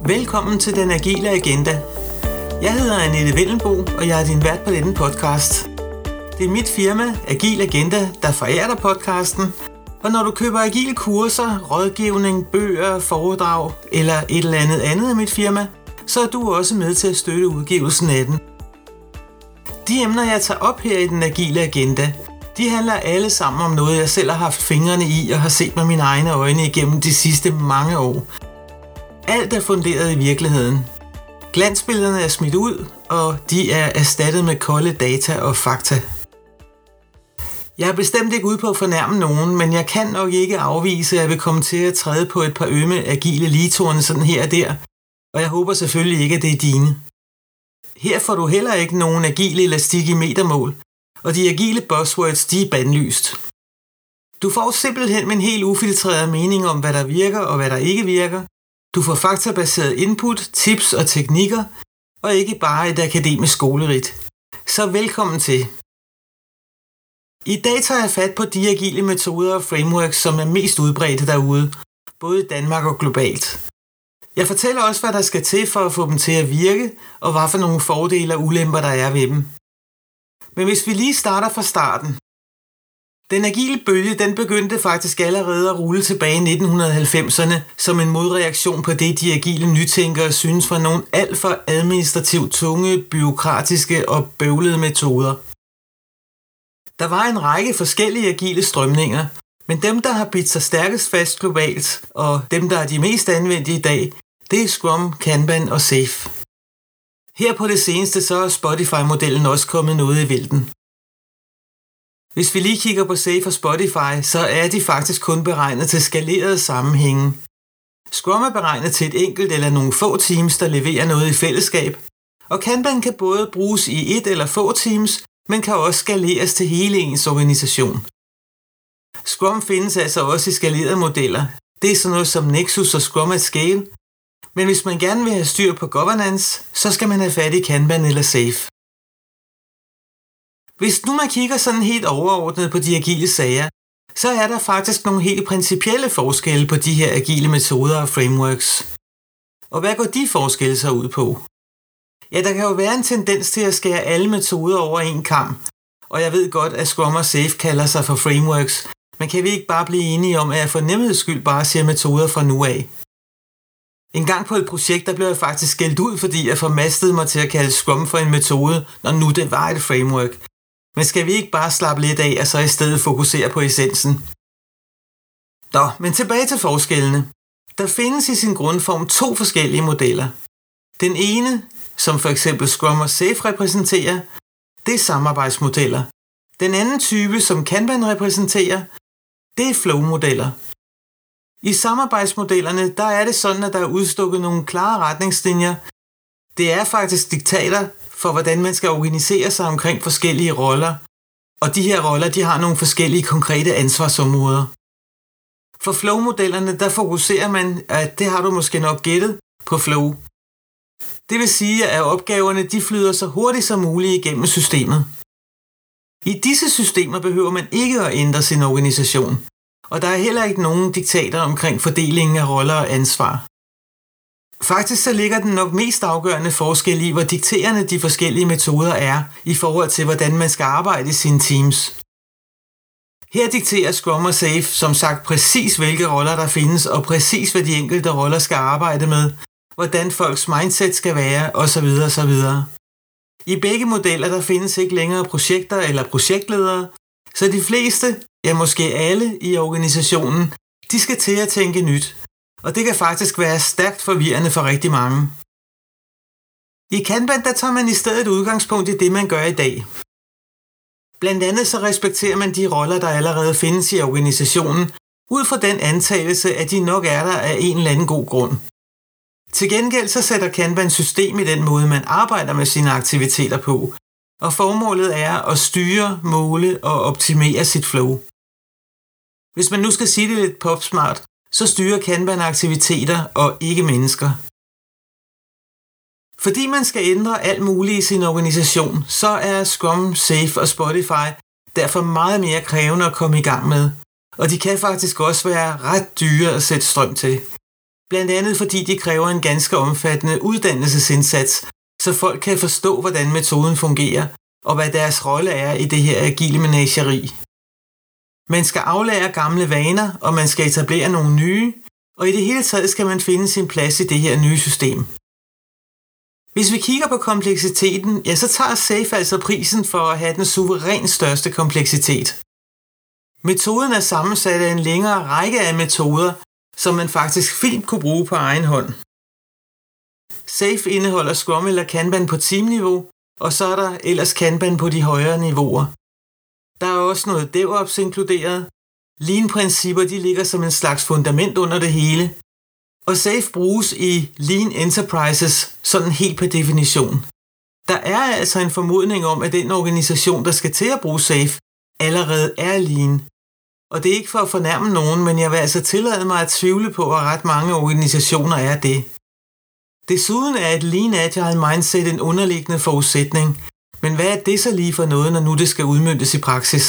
Velkommen til Den Agile Agenda. Jeg hedder Annette Vellenbo, og jeg er din vært på denne podcast. Det er mit firma, Agile Agenda, der forærer dig podcasten. Og når du køber agile kurser, rådgivning, bøger, foredrag eller et eller andet af mit firma, så er du også med til at støtte udgivelsen af den. De emner, jeg tager op her i Den Agile Agenda, de handler alle sammen om noget, jeg selv har haft fingrene i og har set med mine egne øjne igennem de sidste mange år. Alt er funderet i virkeligheden. Glansbillederne er smidt ud, og de er erstattet med kolde data og fakta. Jeg er bestemt ikke ude på at fornærme nogen, men jeg kan nok ikke afvise, at jeg vil komme til at træde på et par ømme agile ligetorne sådan her og der, og jeg håber selvfølgelig ikke, at det er dine. Her får du heller ikke nogen agile elastik i metermål, og de agile buzzwords, de er bandlyst. Du får simpelthen en helt ufiltreret mening om, hvad der virker og hvad der ikke virker. Du får faktabaseret input, tips og teknikker, og ikke bare et akademisk skolerit. Så velkommen til. I dag tager jeg fat på de agile metoder og frameworks, som er mest udbredte derude, både i Danmark og globalt. Jeg fortæller også, hvad der skal til for at få dem til at virke, og hvad for nogle fordele og ulemper der er ved dem. Men hvis vi lige starter fra starten. Den agile bølge, den begyndte faktisk allerede at rulle tilbage i 1990'erne som en modreaktion på det, de agile nytænkere synes var nogle alt for administrativt tunge, byråkratiske og bøvlede metoder. Der var en række forskellige agile strømninger, men dem, der har bidt sig stærkest fast globalt, og dem, der er de mest anvendte i dag, det er Scrum, Kanban og SAFe. Her på det seneste, så er Spotify-modellen også kommet noget i vælten. Hvis vi lige kigger på SAFe og Spotify, så er de faktisk kun beregnet til skalerede sammenhænge. Scrum er beregnet til et enkelt eller nogle få teams, der leverer noget i fællesskab, og Kanban kan både bruges i et eller få teams, men kan også skaleres til hele ens organisation. Scrum findes altså også i skalerede modeller. Det er sådan noget som Nexus og Scrum at Scale, men hvis man gerne vil have styr på governance, så skal man have fat i Kanban eller SAFe. Hvis nu man kigger sådan helt overordnet på de agile sager, så er der faktisk nogle helt principielle forskelle på de her agile metoder og frameworks. Og hvad går de forskelle så ud på? Ja, der kan jo være en tendens til at skære alle metoder over en kam, og jeg ved godt, at Scrum og SAFe kalder sig for frameworks, men kan vi ikke bare blive enige om, at jeg for nemheds skyld bare siger metoder fra nu af? En gang på et projekt, der blev jeg faktisk skældt ud, fordi jeg formastede mig til at kalde Scrum for en metode, når nu det var et framework. Men skal vi ikke bare slappe lidt af, og så i stedet fokusere på essensen? Men tilbage til forskellene. Der findes i sin grundform to forskellige modeller. Den ene, som for eksempel Scrum og SAFe repræsenterer, det er samarbejdsmodeller. Den anden type, som Kanban repræsenterer, det er flow-modeller. I samarbejdsmodellerne, der er det sådan, at der er udstukket nogle klare retningslinjer. Det er faktisk diktater for, hvordan man skal organisere sig omkring forskellige roller. Og de her roller, de har nogle forskellige konkrete ansvarsområder. For flow-modellerne, der fokuserer man, at det har du måske nok gættet, på flow. Det vil sige, at opgaverne de flyder så hurtigt som muligt igennem systemet. I disse systemer behøver man ikke at ændre sin organisation, og der er heller ikke nogen diktater omkring fordelingen af roller og ansvar. Faktisk så ligger den nok mest afgørende forskel i, hvor dikterende de forskellige metoder er i forhold til, hvordan man skal arbejde i sine teams. Her dikterer Scrum og SAFe som sagt præcis, hvilke roller der findes, og præcis, hvad de enkelte roller skal arbejde med, hvordan folks mindset skal være, osv. osv. I begge modeller der findes ikke længere projekter eller projektledere, så de fleste, ja måske alle i organisationen, de skal til at tænke nyt. Og det kan faktisk være stærkt forvirrende for rigtig mange. I Kanban der tager man i stedet udgangspunkt i det, man gør i dag. Blandt andet så respekterer man de roller, der allerede findes i organisationen, ud fra den antagelse, at de nok er der af en eller anden god grund. Til gengæld så sætter Kanban system i den måde, man arbejder med sine aktiviteter på, og formålet er at styre, måle og optimere sit flow. Hvis man nu skal sige det lidt popsmart, så styrer Kanban aktiviteter og ikke mennesker. Fordi man skal ændre alt muligt i sin organisation, så er Scrum, SAFe og Spotify derfor meget mere krævende at komme i gang med, og de kan faktisk også være ret dyre at sætte strøm til. Blandt andet fordi de kræver en ganske omfattende uddannelsesindsats, så folk kan forstå, hvordan metoden fungerer, og hvad deres rolle er i det her agile menageri. Man skal aflære gamle vaner, og man skal etablere nogle nye, og i det hele taget skal man finde sin plads i det her nye system. Hvis vi kigger på kompleksiteten, ja, så tager SAFe altså prisen for at have den suverænt største kompleksitet. Metoden er sammensat af en længere række af metoder, som man faktisk fint kunne bruge på egen hånd. SAFe indeholder Scrum eller Kanban på teamniveau, og så er der ellers Kanban på de højere niveauer. Der er også noget DevOps inkluderet. Lean-principper de ligger som en slags fundament under det hele. Og SAFe bruges i Lean Enterprises sådan helt per definition. Der er altså en formodning om, at den organisation, der skal til at bruge SAFe, allerede er Lean. Og det er ikke for at fornærme nogen, men jeg vil altså tillade mig at tvivle på, at ret mange organisationer er det. Desuden er et Lean Agile mindset en underliggende forudsætning, men hvad er det så lige for noget, når nu det skal udmøntes i praksis?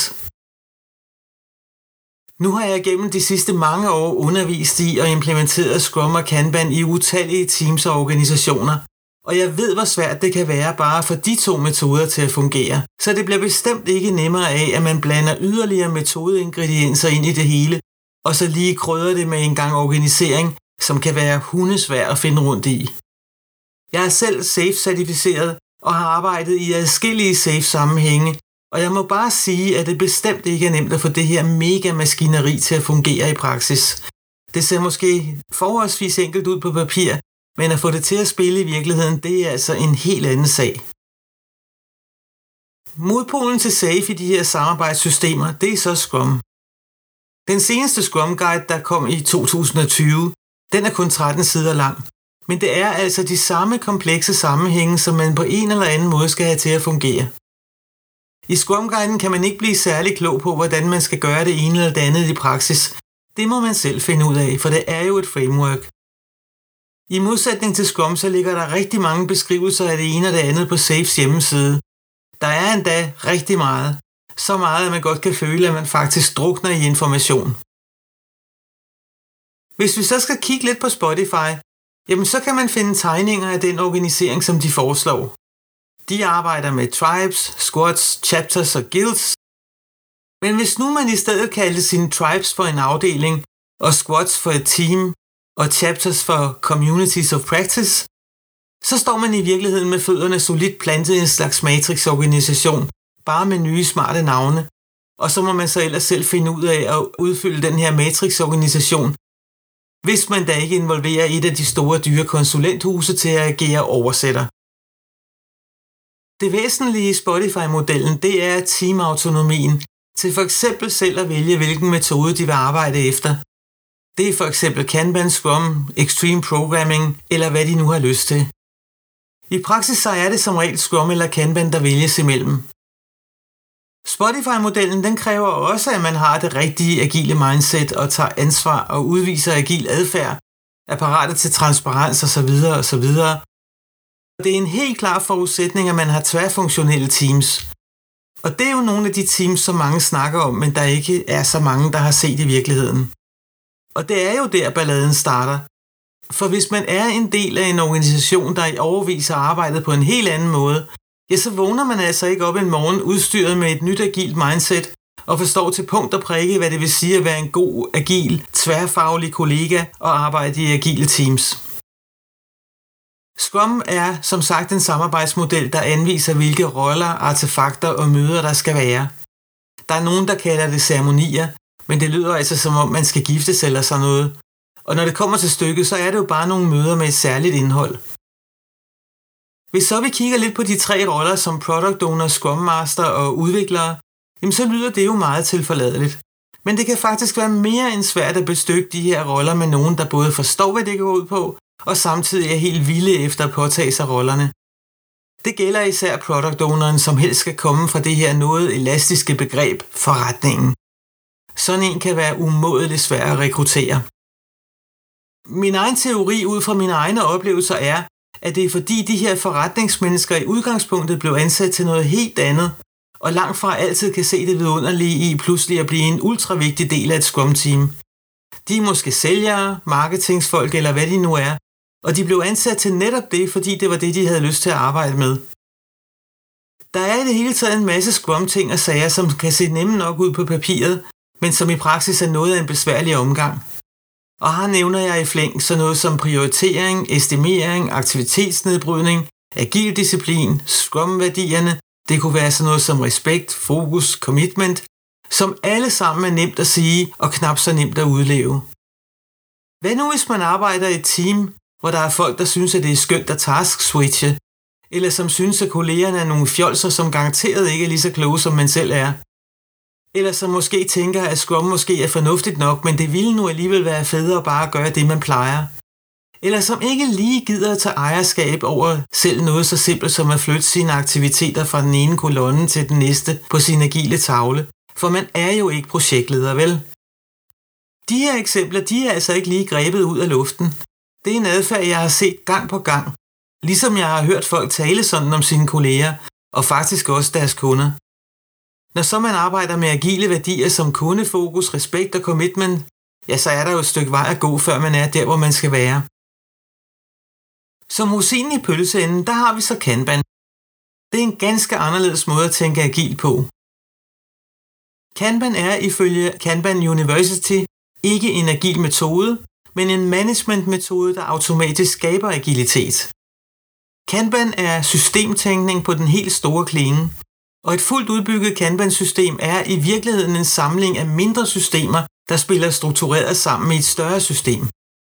Nu har jeg gennem de sidste mange år undervist i og implementeret Scrum og Kanban i utallige teams og organisationer, og jeg ved, hvor svært det kan være bare for de to metoder til at fungere, så det bliver bestemt ikke nemmere af, at man blander yderligere metodeingredienser ind i det hele, og så lige krydrer det med en gang organisering, som kan være hundesvær at finde rundt i. Jeg er selv SAFe-certificeret og har arbejdet i adskillige SAFe-sammenhænge, og jeg må bare sige, at det bestemt ikke er nemt at få det her mega-maskineri til at fungere i praksis. Det ser måske forholdsvis enkelt ud på papir, men at få det til at spille i virkeligheden, det er altså en helt anden sag. Modpolen til SAFe i de her samarbejdssystemer, det er så Scrum. Den seneste Scrum Guide, der kom i 2020, den er kun 13 sider lang. Men det er altså de samme komplekse sammenhænge, som man på en eller anden måde skal have til at fungere. I Scrum-guiden kan man ikke blive særlig klog på, hvordan man skal gøre det ene eller det andet i praksis. Det må man selv finde ud af, for det er jo et framework. I modsætning til Scrum, så ligger der rigtig mange beskrivelser af det ene og det andet på SAFes hjemmeside. Der er endda rigtig meget. Så meget, at man godt kan føle, at man faktisk drukner i information. Hvis vi så skal kigge lidt på Spotify, jamen så kan man finde tegninger af den organisering, som de foreslår. De arbejder med tribes, squads, chapters og guilds. Men hvis nu man i stedet kaldte sine tribes for en afdeling, og squads for et team, og chapters for communities of practice, så står man i virkeligheden med fødderne solidt plantet i en slags matrix-organisation, bare med nye smarte navne. Og så må man så ellers selv finde ud af at udfylde den her matrix-organisation, hvis man da ikke involverer et af de store dyre konsulenthuse til at agere oversætter. Det væsentlige i Spotify-modellen, det er teamautonomien til for eksempel selv at vælge, hvilken metode de vil arbejde efter. Det er for eksempel Kanban, Scrum, Extreme Programming eller hvad de nu har lyst til. I praksis så er det som regel Scrum eller Kanban, der vælges imellem. Spotify-modellen den kræver også, at man har det rigtige agile mindset og tager ansvar og udviser agil adfærd, er parate til transparens osv. osv. Det er en helt klar forudsætning, at man har tværfunktionelle teams. Og det er jo nogle af de teams, som mange snakker om, men der ikke er så mange, der har set i virkeligheden. Og det er jo der, balladen starter. For hvis man er en del af en organisation, der i årevis har arbejdet på en helt anden måde, ja, så vågner man altså ikke op en morgen udstyret med et nyt agilt mindset og forstår til punkt og prikke, hvad det vil sige at være en god, agil, tværfaglig kollega og arbejde i agile teams. Scrum er som sagt en samarbejdsmodel, der anviser, hvilke roller, artefakter og møder der skal være. Der er nogen, der kalder det ceremonier, men det lyder altså som om, man skal giftes eller sådan noget. Og når det kommer til stykket, så er det jo bare nogle møder med et særligt indhold. Hvis så vi kigger lidt på de tre roller som Product Owner, Scrum Master og udviklere, jamen så lyder det jo meget tilforladeligt. Men det kan faktisk være mere end svært at bestykke de her roller med nogen, der både forstår, hvad det går ud på, og samtidig er helt vilde efter at påtage sig rollerne. Det gælder især Product Owneren, som helst skal komme fra det her noget elastiske begreb, forretningen. Sådan en kan være umådeligt svær at rekruttere. Min egen teori ud fra mine egne oplevelser er, at det er fordi de her forretningsmennesker i udgangspunktet blev ansat til noget helt andet, og langt fra altid kan se det vidunderlige i pludselig at blive en ultravigtig del af et Scrum-team. De er måske sælgere, marketingsfolk eller hvad de nu er, og de blev ansat til netop det, fordi det var det, de havde lyst til at arbejde med. Der er i det hele taget en masse Scrum-ting og sager, som kan se nemme nok ud på papiret, men som i praksis er noget af en besværlig omgang. Og her nævner jeg i flæng sådan noget som prioritering, estimering, aktivitetsnedbrydning, agil disciplin, Scrum-værdierne. Det kunne være sådan noget som respekt, fokus, commitment, som alle sammen er nemt at sige og knap så nemt at udleve. Hvad nu hvis man arbejder i et team, hvor der er folk, der synes, at det er skønt at task-switche, eller som synes, at kollegerne er nogle fjolser, som garanteret ikke er lige så kloge, som man selv er? Eller som måske tænker, at Scrum måske er fornuftigt nok, men det ville nu alligevel være federe bare at gøre det, man plejer? Eller som ikke lige gider at tage ejerskab over selv noget så simpelt som at flytte sine aktiviteter fra den ene kolonne til den næste på sin agile tavle, for man er jo ikke projektleder, vel? De her eksempler, de er altså ikke lige grebet ud af luften. Det er en adfærd, jeg har set gang på gang, ligesom jeg har hørt folk tale sådan om sine kolleger, og faktisk også deres kunder. Når så man arbejder med agile værdier som kundefokus, respekt og commitment, ja, så er der jo et stykke vej at gå, før man er der, hvor man skal være. Som rosinen i pølseenden, der har vi så Kanban. Det er en ganske anderledes måde at tænke agil på. Kanban er ifølge Kanban University ikke en agil metode, men en managementmetode, der automatisk skaber agilitet. Kanban er systemtænkning på den helt store klinge, og et fuldt udbygget Kanban-system er i virkeligheden en samling af mindre systemer, der spiller struktureret sammen med et større system.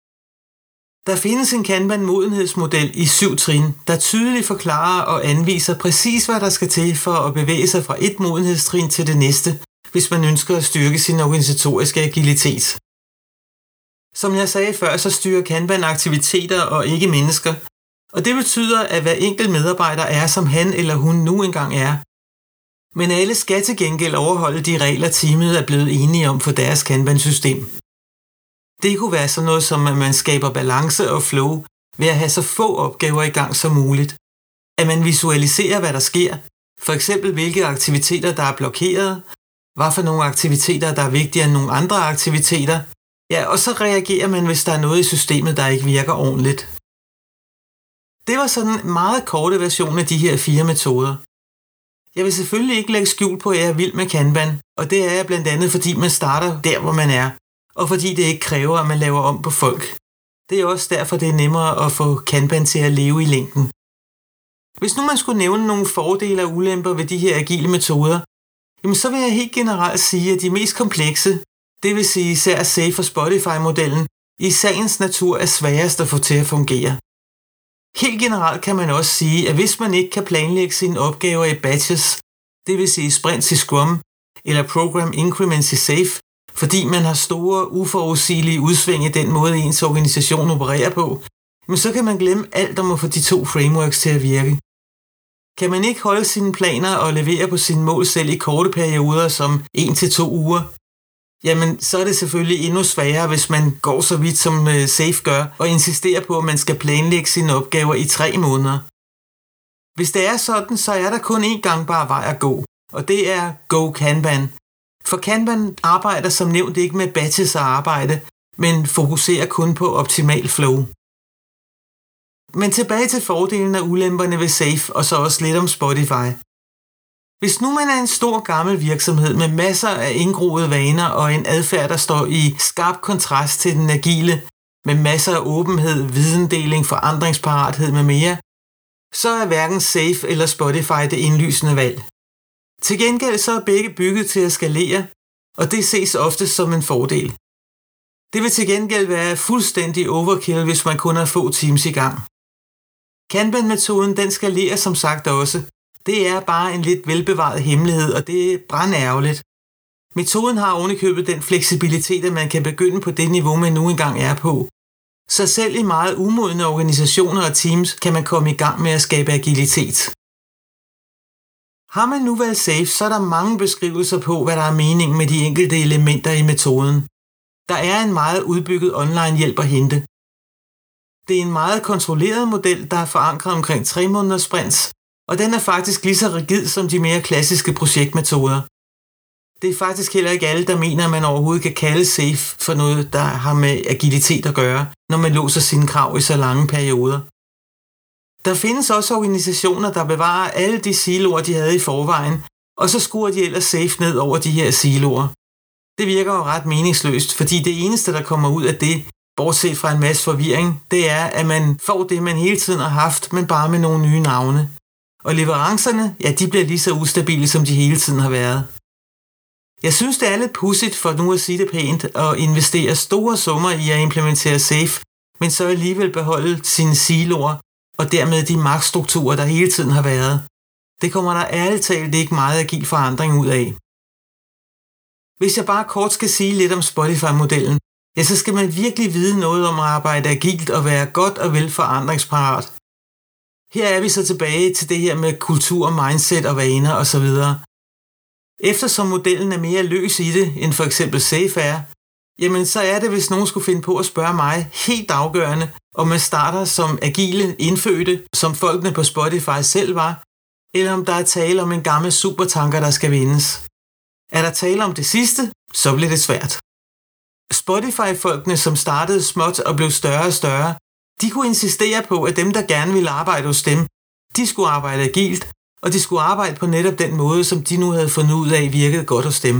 Der findes en Kanban-modenhedsmodel i 7 trin, der tydeligt forklarer og anviser præcis, hvad der skal til for at bevæge sig fra et modenhedstrin til det næste, hvis man ønsker at styrke sin organisatoriske agilitet. Som jeg sagde før, så styrer Kanban aktiviteter og ikke mennesker, og det betyder, at hver enkelt medarbejder er, som han eller hun nu engang er. Men alle skal til gengæld overholde de regler, teamet er blevet enige om for deres Kanban-system. Det kunne være sådan noget som, at man skaber balance og flow ved at have så få opgaver i gang som muligt. At man visualiserer, hvad der sker, for eksempel hvilke aktiviteter, der er blokeret, hvad for nogle aktiviteter, der er vigtigere end nogle andre aktiviteter, ja, og så reagerer man, hvis der er noget i systemet, der ikke virker ordentligt. Det var sådan en meget korte version af de her 4 metoder. Jeg vil selvfølgelig ikke lægge skjul på, at jeg er vild med Kanban, og det er jeg blandt andet, fordi man starter der, hvor man er, og fordi det ikke kræver, at man laver om på folk. Det er også derfor, det er nemmere at få Kanban til at leve i længden. Hvis nu man skulle nævne nogle fordele og ulemper ved de her agile metoder, jamen så vil jeg helt generelt sige, at de mest komplekse, det vil sige især SAFe og Spotify-modellen, i sagens natur er sværest at få til at fungere. Helt generelt kan man også sige, at hvis man ikke kan planlægge sine opgaver i batches, det vil sige sprints i Scrum eller program increments i SAFe, fordi man har store, uforudsigelige udsving i den måde, ens organisation opererer på, men så kan man glemme alt om at få de 2 frameworks til at virke. Kan man ikke holde sine planer og levere på sine mål selv i korte perioder som 1-2 uger, jamen så er det selvfølgelig endnu sværere, hvis man går så vidt som SAFe gør og insisterer på, at man skal planlægge sine opgaver i 3 måneder. Hvis det er sådan, så er der kun én gangbar vej at gå, og det er Go Kanban. For Kanban arbejder som nævnt ikke med batches og arbejde, men fokuserer kun på optimal flow. Men tilbage til fordelen og ulemperne ved SAFe, og så også lidt om Spotify. Hvis nu man er en stor gammel virksomhed med masser af indgroede vaner og en adfærd, der står i skarp kontrast til den agile, med masser af åbenhed, videndeling, forandringsparathed med mere, så er hverken SAFe eller Spotify det indlysende valg. Til gengæld så er begge bygget til at skalere, og det ses ofte som en fordel. Det vil til gengæld være fuldstændig overkill, hvis man kun har få teams i gang. Kanban-metoden den skalerer som sagt også. Det er bare en lidt velbevaret hemmelighed, og det er brandærgerligt. Metoden har ovenikøbet den fleksibilitet, at man kan begynde på det niveau, man nu engang er på. Så selv i meget umodne organisationer og teams kan man komme i gang med at skabe agilitet. Har man nu valgt SAFe, så er der mange beskrivelser på, hvad der er meningen med de enkelte elementer i metoden. Der er en meget udbygget online hjælp at hente. Det er en meget kontrolleret model, der er forankret omkring 3 måneders sprints, og den er faktisk lige så rigid som de mere klassiske projektmetoder. Det er faktisk heller ikke alle, der mener, at man overhovedet kan kalde SAFe for noget, der har med agilitet at gøre, når man låser sine krav i så lange perioder. Der findes også organisationer, der bevarer alle de siloer, de havde i forvejen, og så skruer de ellers SAFe ned over de her siloer. Det virker jo ret meningsløst, fordi det eneste, der kommer ud af det, bortset fra en masse forvirring, det er, at man får det, man hele tiden har haft, men bare med nogle nye navne. Og leverancerne, ja, de bliver lige så ustabile, som de hele tiden har været. Jeg synes, det er lidt pudsigt, for nu at sige det pænt, at investere store summer i at implementere SAFe, men så alligevel beholde sine siloer, og dermed de magtstrukturer, der hele tiden har været. Det kommer der ærligt talt ikke meget agil forandring ud af. Hvis jeg bare kort skal sige lidt om Spotify-modellen, ja, så skal man virkelig vide noget om at arbejde agilt og være godt og vel forandringsparat. Her er vi så tilbage til det her med kultur, mindset og vaner osv. Eftersom modellen er mere løs i det, end for eksempel SAFe er, jamen så er det, hvis nogen skulle finde på at spørge mig, helt afgørende, om man starter som agile indfødte, som folkene på Spotify selv var, eller om der er tale om en gammel supertanker, der skal vindes. Er der tale om det sidste, så bliver det svært. Spotify-folkene, som startede småt og blev større og større, de kunne insistere på, at dem, der gerne ville arbejde hos dem, de skulle arbejde agilt, og de skulle arbejde på netop den måde, som de nu havde fundet ud af virkede godt hos dem.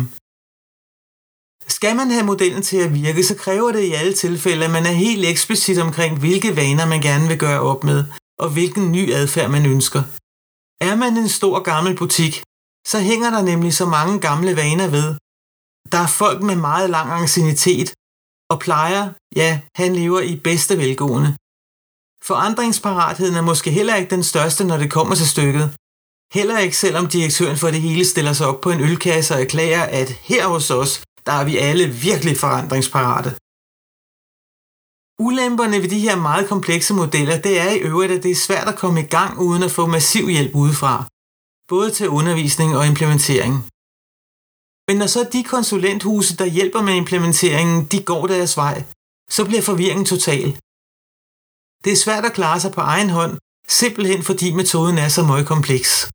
Skal man have modellen til at virke, så kræver det i alle tilfælde, at man er helt eksplicit omkring, hvilke vaner man gerne vil gøre op med, og hvilken ny adfærd man ønsker. Er man en stor gammel butik, så hænger der nemlig så mange gamle vaner ved. Der er folk med meget lang anciennitet, og plejer, ja, han lever i bedste velgående. Forandringsparatheden er måske heller ikke den største, når det kommer til stykket. Heller ikke selvom direktøren for det hele stiller sig op på en ølkasse og erklærer, at her hos os, der er vi alle virkelig forandringsparate. Ulemperne ved de her meget komplekse modeller, det er i øvrigt, at det er svært at komme i gang uden at få massiv hjælp udefra, både til undervisning og implementering. Men når så de konsulenthuse, der hjælper med implementeringen, de går deres vej, så bliver forvirringen total. Det er svært at klare sig på egen hånd, simpelthen fordi metoden er så meget kompleks.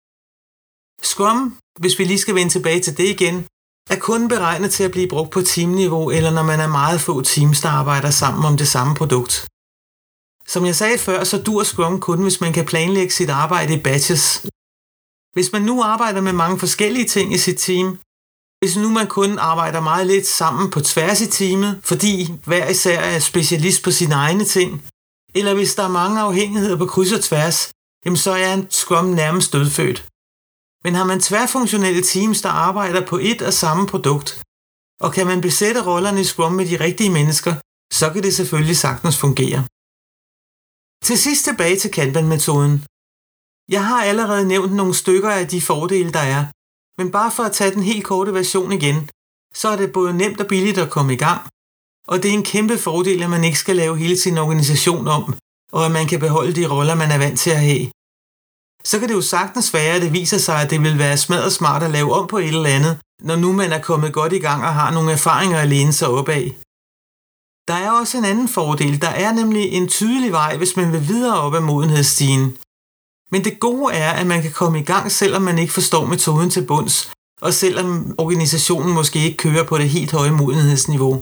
Scrum, hvis vi lige skal vende tilbage til det igen, er kun beregnet til at blive brugt på teamniveau, eller når man er meget få teams, der arbejder sammen om det samme produkt. Som jeg sagde før, så dur Scrum kun, hvis man kan planlægge sit arbejde i batches. Hvis man nu arbejder med mange forskellige ting i sit team, hvis nu man kun arbejder meget lidt sammen på tværs i teamet, fordi hver især er specialist på sine egne ting, eller hvis der er mange afhængigheder på kryds og tværs, jamen så er en Scrum nærmest dødfødt. Men har man tværfunktionelle teams, der arbejder på et og samme produkt, og kan man besætte rollerne i Scrum med de rigtige mennesker, så kan det selvfølgelig sagtens fungere. Til sidst tilbage til Kanban-metoden. Jeg har allerede nævnt nogle stykker af de fordele, der er, men bare for at tage den helt korte version igen, så er det både nemt og billigt at komme i gang, og det er en kæmpe fordel, at man ikke skal lave hele sin organisation om, og at man kan beholde de roller, man er vant til at have. Så kan det jo sagtens være, at det viser sig, at det vil være smadret smart at lave om på et eller andet, når nu man er kommet godt i gang og har nogle erfaringer at læne sig op af. Der er også en anden fordel. Der er nemlig en tydelig vej, hvis man vil videre op ad modenhedsstigen. Men det gode er, at man kan komme i gang, selvom man ikke forstår metoden til bunds, og selvom organisationen måske ikke kører på det helt høje modenhedsniveau.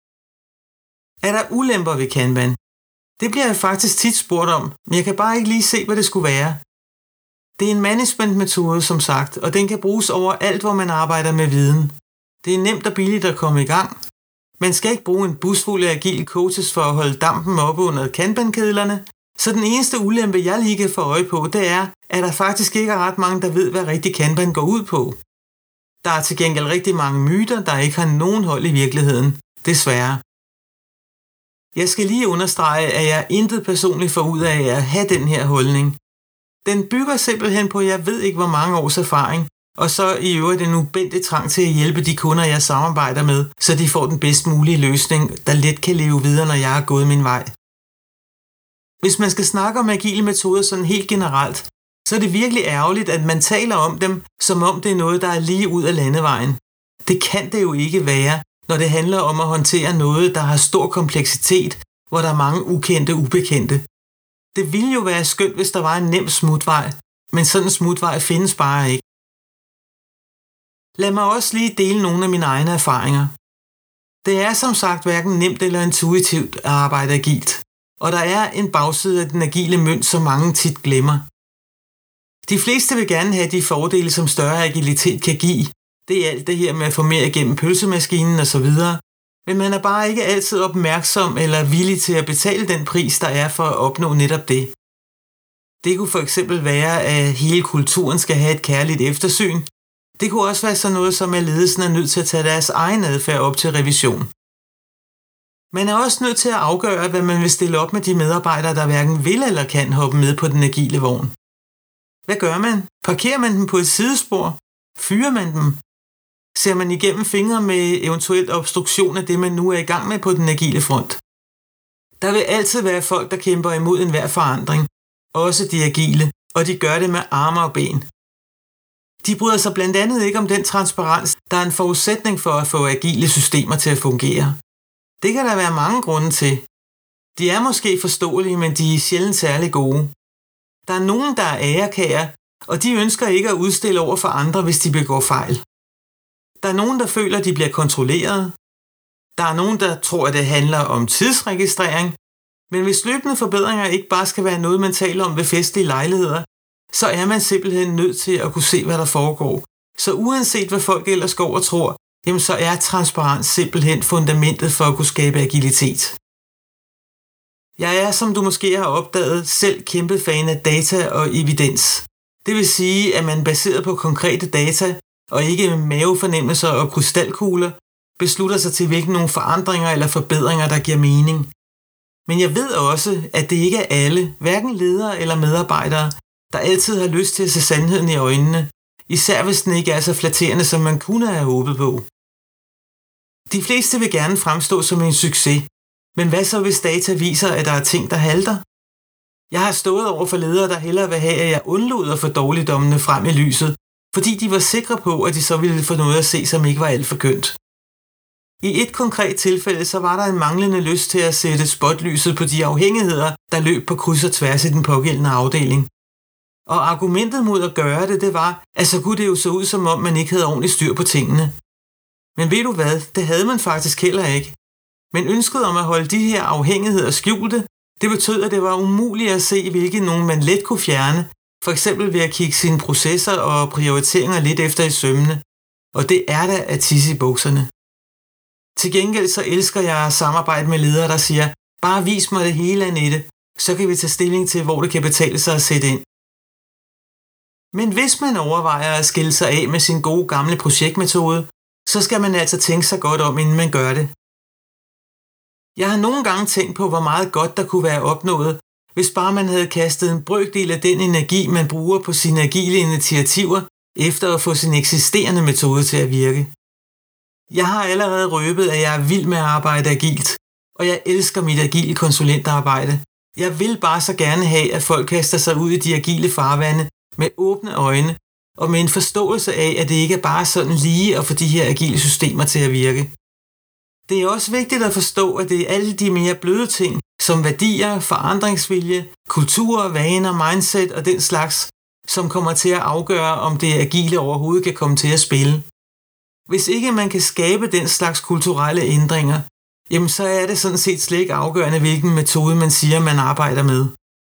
Er der ulemper ved Kanban? Det bliver jeg faktisk tit spurgt om, men jeg kan bare ikke lige se, hvad det skulle være. Det er en managementmetode, som sagt, og den kan bruges over alt, hvor man arbejder med viden. Det er nemt og billigt at komme i gang. Man skal ikke bruge en bus fuld af agile coaches for at holde dampen oppe under Kanban-kedlerne, så den eneste ulempe, jeg lige kan få øje på, det er, at der faktisk ikke er ret mange, der ved, hvad rigtig Kanban går ud på. Der er til gengæld rigtig mange myter, der ikke har nogen hold i virkeligheden. Desværre. Jeg skal lige understrege, at jeg intet personligt får ud af at have den her holdning. Den bygger simpelthen på, jeg ved ikke hvor mange års erfaring, og så i øvrigt en ubændig trang til at hjælpe de kunder, jeg samarbejder med, så de får den bedst mulige løsning, der let kan leve videre, når jeg har gået min vej. Hvis man skal snakke om agile metoder sådan helt generelt, så er det virkelig ærgerligt, at man taler om dem, som om det er noget, der er lige ud af landevejen. Det kan det jo ikke være, når det handler om at håndtere noget, der har stor kompleksitet, hvor der er mange ukendte ubekendte. Det ville jo være skønt, hvis der var en nem smutvej, men sådan en smutvej findes bare ikke. Lad mig også lige dele nogle af mine egne erfaringer. Det er som sagt hverken nemt eller intuitivt at arbejde agilt, og der er en bagside af den agile mønt, som mange tit glemmer. De fleste vil gerne have de fordele, som større agilitet kan give. Det er alt det her med at få mere igennem pølsemaskinen osv., men man er bare ikke altid opmærksom eller villig til at betale den pris, der er for at opnå netop det. Det kunne for eksempel være, at hele kulturen skal have et kærligt eftersyn. Det kunne også være sådan noget som, at ledelsen er nødt til at tage deres egen adfærd op til revision. Man er også nødt til at afgøre, hvad man vil stille op med de medarbejdere, der hverken vil eller kan hoppe med på den agile vogn. Hvad gør man? Parkerer man dem på et sidespor? Fyrer man dem? Ser man igennem fingre med eventuelt obstruktion af det, man nu er i gang med på den agile front? Der vil altid være folk, der kæmper imod enhver forandring, også de agile, og de gør det med arme og ben. De bryder sig blandt andet ikke om den transparens, der er en forudsætning for at få agile systemer til at fungere. Det kan der være mange grunde til. De er måske forståelige, men de er sjældent særlig gode. Der er nogen, der er ærekager, og de ønsker ikke at udstille over for andre, hvis de begår fejl. Der er nogen, der føler, at de bliver kontrolleret. Der er nogen, der tror, at det handler om tidsregistrering. Men hvis løbende forbedringer ikke bare skal være noget, man taler om ved festlige lejligheder, så er man simpelthen nødt til at kunne se, hvad der foregår. Så uanset hvad folk ellers går og tror, jamen så er transparens simpelthen fundamentet for at kunne skabe agilitet. Jeg er, som du måske har opdaget, selv kæmpe fan af data og evidens. Det vil sige, at man baseret på konkrete data og ikke mavefornemmelser og krystalkugler beslutter sig til, hvilke nogle forandringer eller forbedringer, der giver mening. Men jeg ved også, at det ikke er alle, hverken ledere eller medarbejdere, der altid har lyst til at se sandheden i øjnene, især hvis den ikke er så flatterende, som man kunne have håbet på. De fleste vil gerne fremstå som en succes, men hvad så hvis data viser, at der er ting, der halter? Jeg har stået over for ledere, der hellere vil have, at jeg undlod at få dårligdommene frem i lyset, fordi de var sikre på, at de så ville få noget at se, som ikke var alt for kønt. I et konkret tilfælde, så var der en manglende lyst til at sætte spotlyset på de afhængigheder, der løb på kryds og tværs i den pågældende afdeling. Og argumentet mod at gøre det var, at så kunne det jo se ud, som om man ikke havde ordentligt styr på tingene. Men ved du hvad, det havde man faktisk heller ikke. Men ønsket om at holde de her afhængigheder skjulte, det betød, at det var umuligt at se, hvilke nogen man let kunne fjerne, for eksempel ved at kigge sine processer og prioriteringer lidt efter i sømmene. Og det er da at tisse i bukserne. Til gengæld så elsker jeg at samarbejde med ledere, der siger, bare vis mig det hele, Annette, så kan vi tage stilling til, hvor det kan betale sig at sætte ind. Men hvis man overvejer at skille sig af med sin gode gamle projektmetode, så skal man altså tænke sig godt om, inden man gør det. Jeg har nogle gange tænkt på, hvor meget godt der kunne være opnået, hvis bare man havde kastet en brøkdel af den energi, man bruger på sine agile initiativer, efter at få sin eksisterende metode til at virke. Jeg har allerede røbet, at jeg er vild med at arbejde agilt, og jeg elsker mit agile konsulentarbejde. Jeg vil bare så gerne have, at folk kaster sig ud i de agile farvande med åbne øjne, og med en forståelse af, at det ikke er bare sådan lige at få de her agile systemer til at virke. Det er også vigtigt at forstå, at det er alle de mere bløde ting, som værdier, forandringsvilje, kultur, vaner, mindset og den slags, som kommer til at afgøre, om det agile overhovedet kan komme til at spille. Hvis ikke man kan skabe den slags kulturelle ændringer, jamen så er det sådan set slet ikke afgørende, hvilken metode man siger, man arbejder med.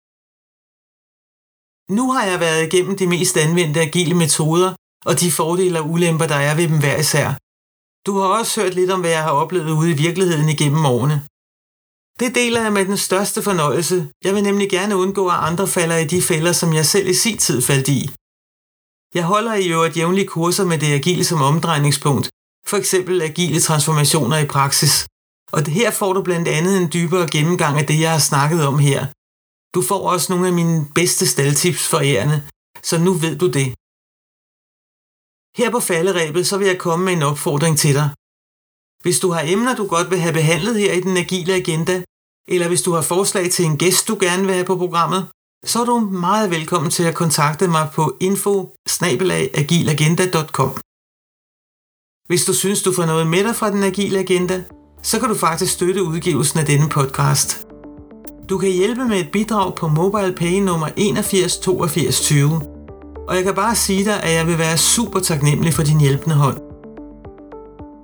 Nu har jeg været igennem de mest anvendte agile metoder og de fordele og ulemper, der er ved dem hver især. Du har også hørt lidt om, hvad jeg har oplevet ude i virkeligheden igennem årene. Det deler jeg med den største fornøjelse. Jeg vil nemlig gerne undgå, at andre falder i de fælder, som jeg selv i sin tid faldt i. Jeg holder i øvrigt jævnlige kurser med det agile som omdrejningspunkt, for eksempel agile transformationer i praksis. Og her får du blandt andet en dybere gennemgang af det, jeg har snakket om her. Du får også nogle af mine bedste staldtips for ærende, så nu ved du det. Her på falderebet, så vil jeg komme med en opfordring til dig. Hvis du har emner, du godt vil have behandlet her i den agile agenda, eller hvis du har forslag til en gæst, du gerne vil have på programmet, så er du meget velkommen til at kontakte mig på info@agileagenda.com. Hvis du synes, du får noget med dig fra den agile agenda, så kan du faktisk støtte udgivelsen af denne podcast. Du kan hjælpe med et bidrag på MobilePay nummer 81 82 20, og jeg kan bare sige dig, at jeg vil være super taknemmelig for din hjælpende hånd.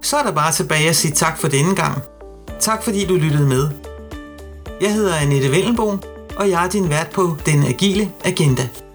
så er der bare tilbage at sige tak for denne gang. Tak fordi du lyttede med. Jeg hedder Annette Vellenbo, og jeg er din vært på Den Agile Agenda.